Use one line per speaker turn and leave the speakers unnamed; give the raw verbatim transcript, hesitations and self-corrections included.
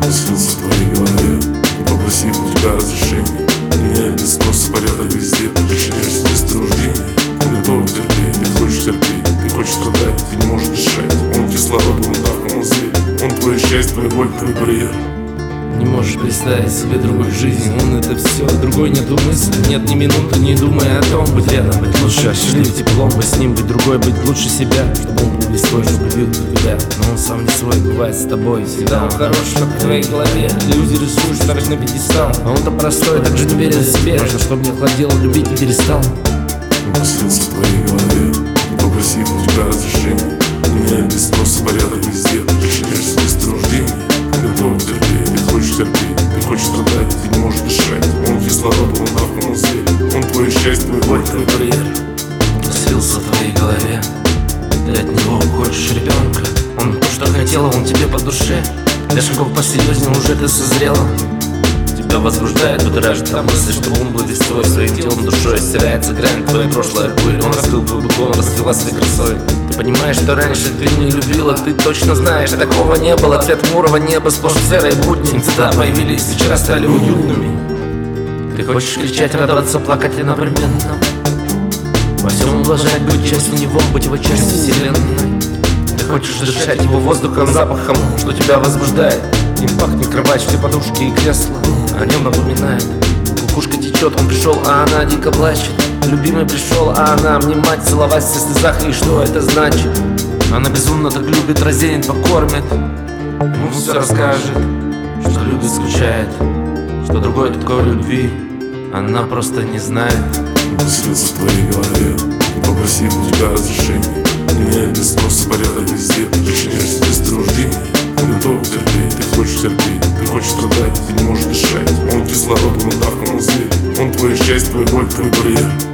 Поселился в твоей голове, попросил у тебя разрешения. Меняет без спроса порядок везде, ты подчиняешься без труждения. Ты готов терпеть, ты хочешь терпеть, ты хочешь страдать, ты не можешь дышать. Он кислород, он так, он зверь. Он твое счастье, твой боль, твой барьер.
Не можешь представить себе другой жизни. Он это все, другой нету мысли. Нет ни минуты, не думая о том, быть рядом, быть лучше, счастлив теплом, быть с ним, быть другой, быть лучше себя. Чтобы он был свой, чтобы любил тебя. Но он сам не свой, бывает с тобой. Всегда он хорош, как в твоей голове. Люди рисуют, ставишь на пьедестал. А он-то простой, так же не верит в себе. Нужно, чтобы не охладел, любить не перестал.
Он поселился в твоей голове, попросил у тебя разрешения. Меняет без спроса порядок везде, ты подчиняешься без труждения. Ты готов терпеть, ты хочешь терпеть, ты хочешь страдать, ты не можешь дышать. Он кислород, он так, он зверь. Он твое счастье, твой боль, твой барьер.
Поселился в твоей голове, ты от него хочешь ребенка. Он то, что хотела, он тебе по душе. Для шагов посерьезнее уже ты созрела. Тебя возбуждает, будоражит та мысль, что он будет свой своим телом, душой. Стирается грань твоей прошлой пыль. Он раскрыл твой буквон, расцвела своей красой. Ты понимаешь, что раньше ты не любила, ты точно знаешь, такого не было. Цвет хмурого неба, сплошь серые будни. Цвета появились, вечера стали уютными. Ты хочешь кричать, радоваться, плакать одновременно. Во всем уважать, быть частью него, быть его частью вселенной. Ты хочешь дышать его воздухом, запахом, что тебя возбуждает. Им пахнет кровать, все подушки и кресла о нем напоминает. Кукушка течет, он пришел, а она дико плачет. Любимый пришел, а она обнимать, целовать в слезах. И что это значит? Она безумно так любит, разденет, покормит. Ему все расскажет, что любит, скучает, что другой такой любви она просто не знает.
Он поселился в твоей голове, попросил у тебя разрешения. Меняет без спроса порядок везде, ты подчиняешься без труждения. Ты готов терпеть, ты хочешь терпеть, ты хочешь страдать, ты не можешь дышать. Он кислород, он так, он зверь. Он твое счастье, твой боль, твой барьер.